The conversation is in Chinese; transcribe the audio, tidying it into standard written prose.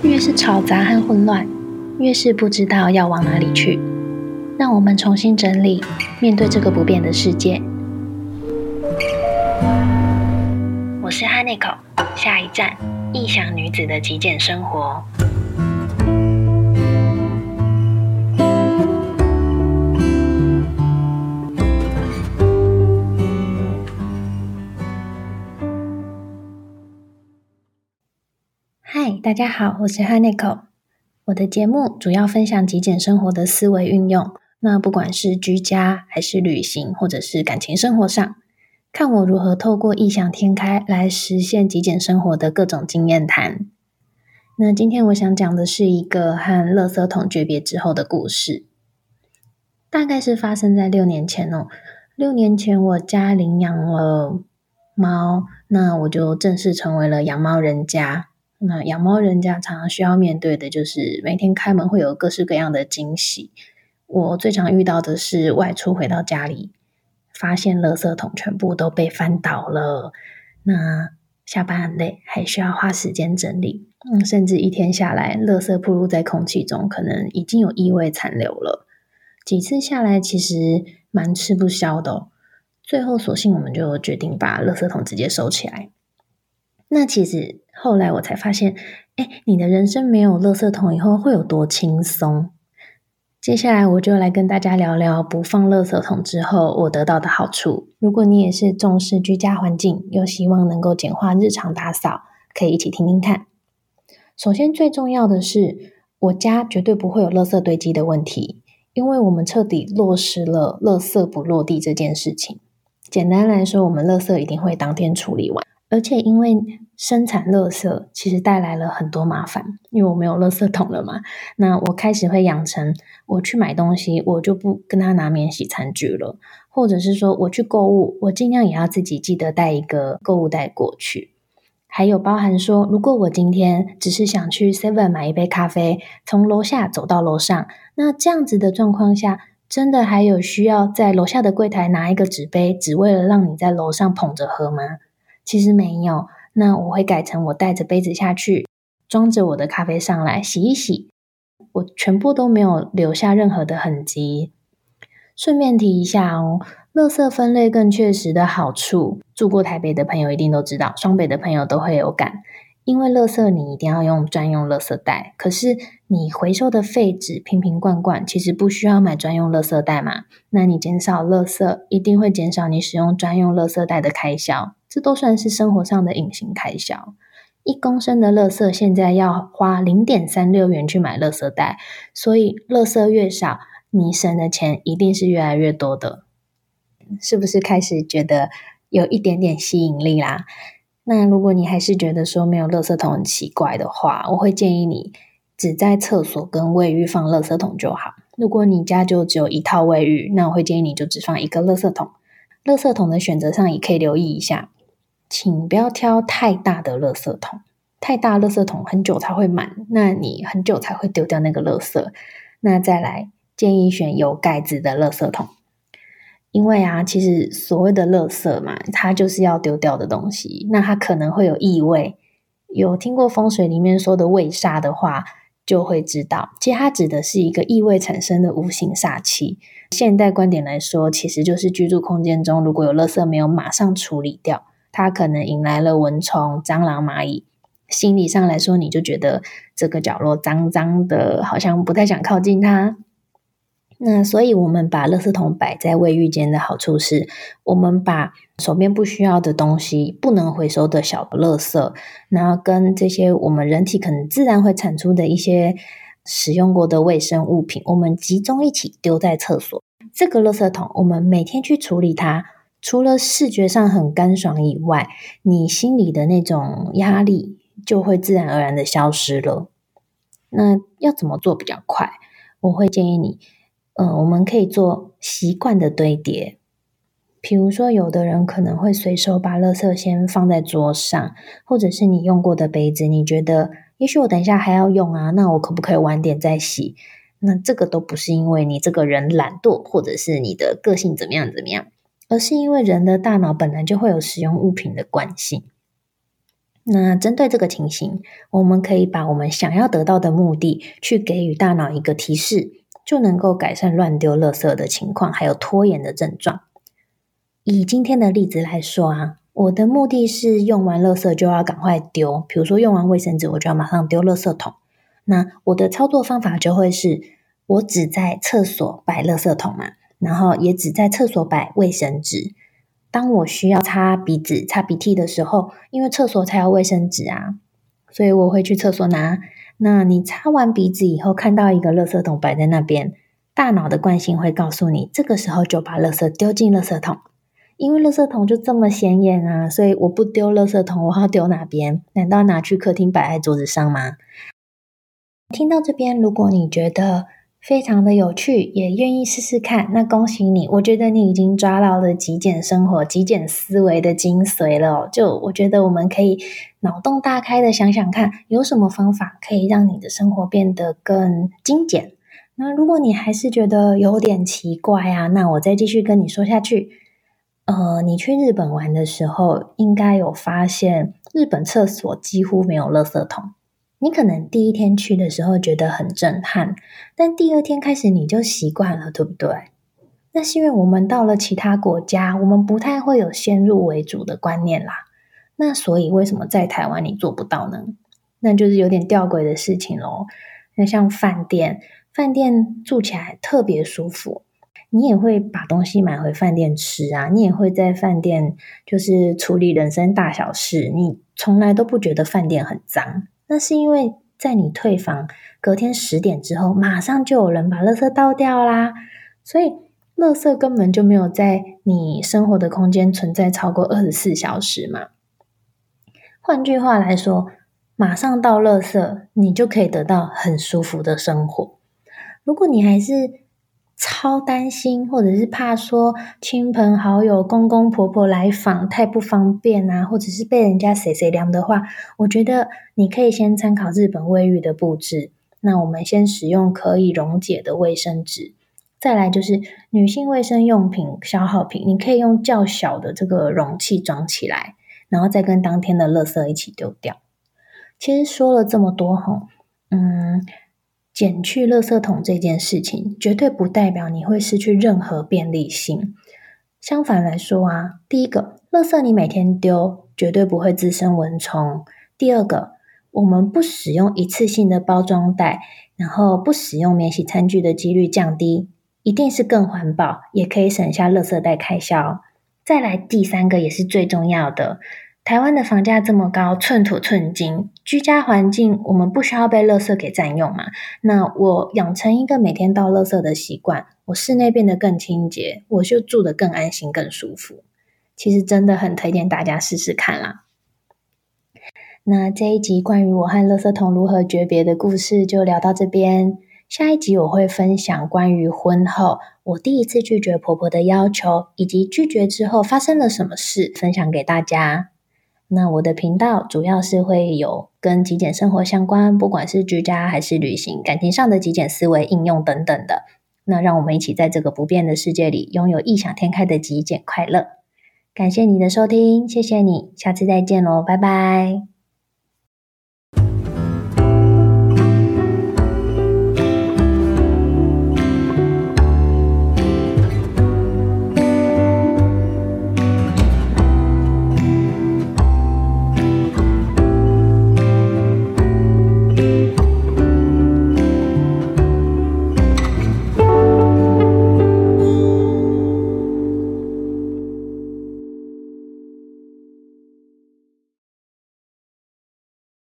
越是吵杂和混乱，越是不知道要往哪里去。让我们重新整理，面对这个不变的世界。我是 Haniko， 下一站，异想女子的极简生活。嗨，大家好，我是 Haniko。我的节目主要分享极简生活的思维运用，那不管是居家还是旅行，或者是感情生活上，看我如何透过异想天开来实现极简生活的各种经验谈。那今天我想讲的是一个和垃圾桶诀别之后的故事，大概是发生在6年前哦。6年前我家领养了猫，那我就正式成为了养猫人家。那养猫人家常常需要面对的就是每天开门会有各式各样的惊喜。我最常遇到的是外出回到家里，发现垃圾桶全部都被翻倒了，那下班很累，还需要花时间整理，甚至一天下来，垃圾暴露在空气中，可能已经有异味残留了。几次下来其实蛮吃不消的哦。最后索性我们就决定把垃圾桶直接收起来。那其实后来我才发现，你的人生没有垃圾桶以后会有多轻松。接下来我就来跟大家聊聊不放垃圾桶之后我得到的好处。如果你也是重视居家环境，又希望能够简化日常打扫，可以一起听听看。首先最重要的是，我家绝对不会有垃圾堆积的问题，因为我们彻底落实了垃圾不落地这件事情。简单来说，我们垃圾一定会当天处理完。而且因为生产垃圾其实带来了很多麻烦，因为我没有垃圾桶了嘛，那我开始会养成我去买东西我就不跟他拿免洗餐具了，或者是说我去购物我尽量也要自己记得带一个购物袋过去。还有包含说，如果我今天只是想去 Seven 买一杯咖啡，从楼下走到楼上，那这样子的状况下，真的还有需要在楼下的柜台拿一个纸杯，只为了让你在楼上捧着喝吗？其实没有，那我会改成我带着杯子下去，装着我的咖啡上来洗一洗，我全部都没有留下任何的痕迹。顺便提一下哦，垃圾分类更确实的好处，住过台北的朋友一定都知道，双北的朋友都会有感。因为垃圾你一定要用专用垃圾袋，可是你回收的废纸瓶瓶罐罐其实不需要买专用垃圾袋嘛，那你减少垃圾一定会减少你使用专用垃圾袋的开销，这都算是生活上的隐形开销。1公升的垃圾现在要花 0.36 元去买垃圾袋，所以垃圾越少，你省的钱一定是越来越多的。是不是开始觉得有一点点吸引力啦？那如果你还是觉得说没有垃圾桶很奇怪的话，我会建议你只在厕所跟卫浴放垃圾桶就好。如果你家就只有一套卫浴，那我会建议你就只放一个垃圾桶。垃圾桶的选择上也可以留意一下，请不要挑太大的垃圾桶，太大垃圾桶很久才会满，那你很久才会丢掉那个垃圾。那再来建议选有盖子的垃圾桶，因为其实所谓的垃圾嘛，它就是要丢掉的东西，那它可能会有异味，有听过风水里面说的味煞的话，就会知道，其实它指的是一个异味产生的无形煞气。现代观点来说，其实就是居住空间中如果有垃圾没有马上处理掉，它可能引来了蚊虫、蟑螂、蚂蚁，心理上来说你就觉得这个角落脏脏的，好像不太想靠近它。那所以我们把垃圾桶摆在卫浴间的好处是，我们把手边不需要的东西，不能回收的小垃圾，然后跟这些我们人体可能自然会产出的一些使用过的卫生物品，我们集中一起丢在厕所。这个垃圾桶我们每天去处理它，除了视觉上很干爽以外，你心里的那种压力就会自然而然的消失了。那要怎么做比较快？我会建议你我们可以做习惯的堆叠。比如说有的人可能会随手把垃圾先放在桌上，或者是你用过的杯子，你觉得也许我等一下还要用那我可不可以晚点再洗？那这个都不是因为你这个人懒惰，或者是你的个性怎么样怎么样，而是因为人的大脑本来就会有使用物品的惯性。 那针对这个情形，我们可以把我们想要得到的目的去给予大脑一个提示，就能够改善乱丢垃圾的情况，还有拖延的症状。以今天的例子来说啊，我的目的是用完垃圾就要赶快丢，比如说用完卫生纸我就要马上丢垃圾桶。那我的操作方法就会是，我只在厕所摆垃圾桶嘛，然后也只在厕所摆卫生纸。当我需要擦鼻子、擦鼻涕的时候，因为厕所才有卫生纸啊，所以我会去厕所拿。那你擦完鼻子以后，看到一个垃圾桶摆在那边，大脑的惯性会告诉你，这个时候就把垃圾丢进垃圾桶。因为垃圾桶就这么显眼啊，所以我不丢垃圾桶，我要丢哪边？难道拿去客厅摆在桌子上吗？听到这边，如果你觉得非常的有趣，也愿意试试看，那恭喜你，我觉得你已经抓到了极简生活、极简思维的精髓了。就我觉得我们可以脑洞大开的想想看，有什么方法可以让你的生活变得更精简。那如果你还是觉得有点奇怪啊，那我再继续跟你说下去。你去日本玩的时候，应该有发现日本厕所几乎没有垃圾桶。你可能第一天去的时候觉得很震撼，但第二天开始你就习惯了，对不对？那是因为我们到了其他国家，我们不太会有先入为主的观念啦。那所以为什么在台湾你做不到呢？那就是有点吊诡的事情咯。那像饭店住起来特别舒服，你也会把东西买回饭店吃啊，你也会在饭店就是处理人生大小事，你从来都不觉得饭店很脏。那是因为在你退房隔天10点之后，马上就有人把垃圾倒掉啦，所以垃圾根本就没有在你生活的空间存在超过24小时嘛。换句话来说，马上倒垃圾，你就可以得到很舒服的生活。如果你还是超担心，或者是怕说亲朋好友、公公婆婆来访太不方便啊，或者是被人家谁谁凉的话，我觉得你可以先参考日本卫浴的布置。那我们先使用可以溶解的卫生纸，再来就是女性卫生用品、消耗品，你可以用较小的这个容器装起来，然后再跟当天的垃圾一起丢掉。其实说了这么多吼，减去垃圾桶这件事情，绝对不代表你会失去任何便利性。相反来说啊，第一个，垃圾你每天丢，绝对不会滋生蚊虫。第二个，我们不使用一次性的包装袋，然后不使用免洗餐具的几率降低，一定是更环保，也可以省下垃圾袋开销。再来第三个也是最重要的，台湾的房价这么高，寸土寸金，居家环境我们不需要被垃圾给占用嘛。那我养成一个每天倒垃圾的习惯，我室内变得更清洁，我就住得更安心、更舒服。其实真的很推荐大家试试看啦。那这一集关于我和垃圾桶如何诀别的故事就聊到这边。下一集我会分享关于婚后我第一次拒绝婆婆的要求，以及拒绝之后发生了什么事，分享给大家。那我的频道主要是会有跟极简生活相关，不管是居家还是旅行、感情上的极简思维应用等等的。那让我们一起在这个不变的世界里，拥有异想天开的极简快乐。感谢你的收听，谢谢你，下次再见咯，拜拜。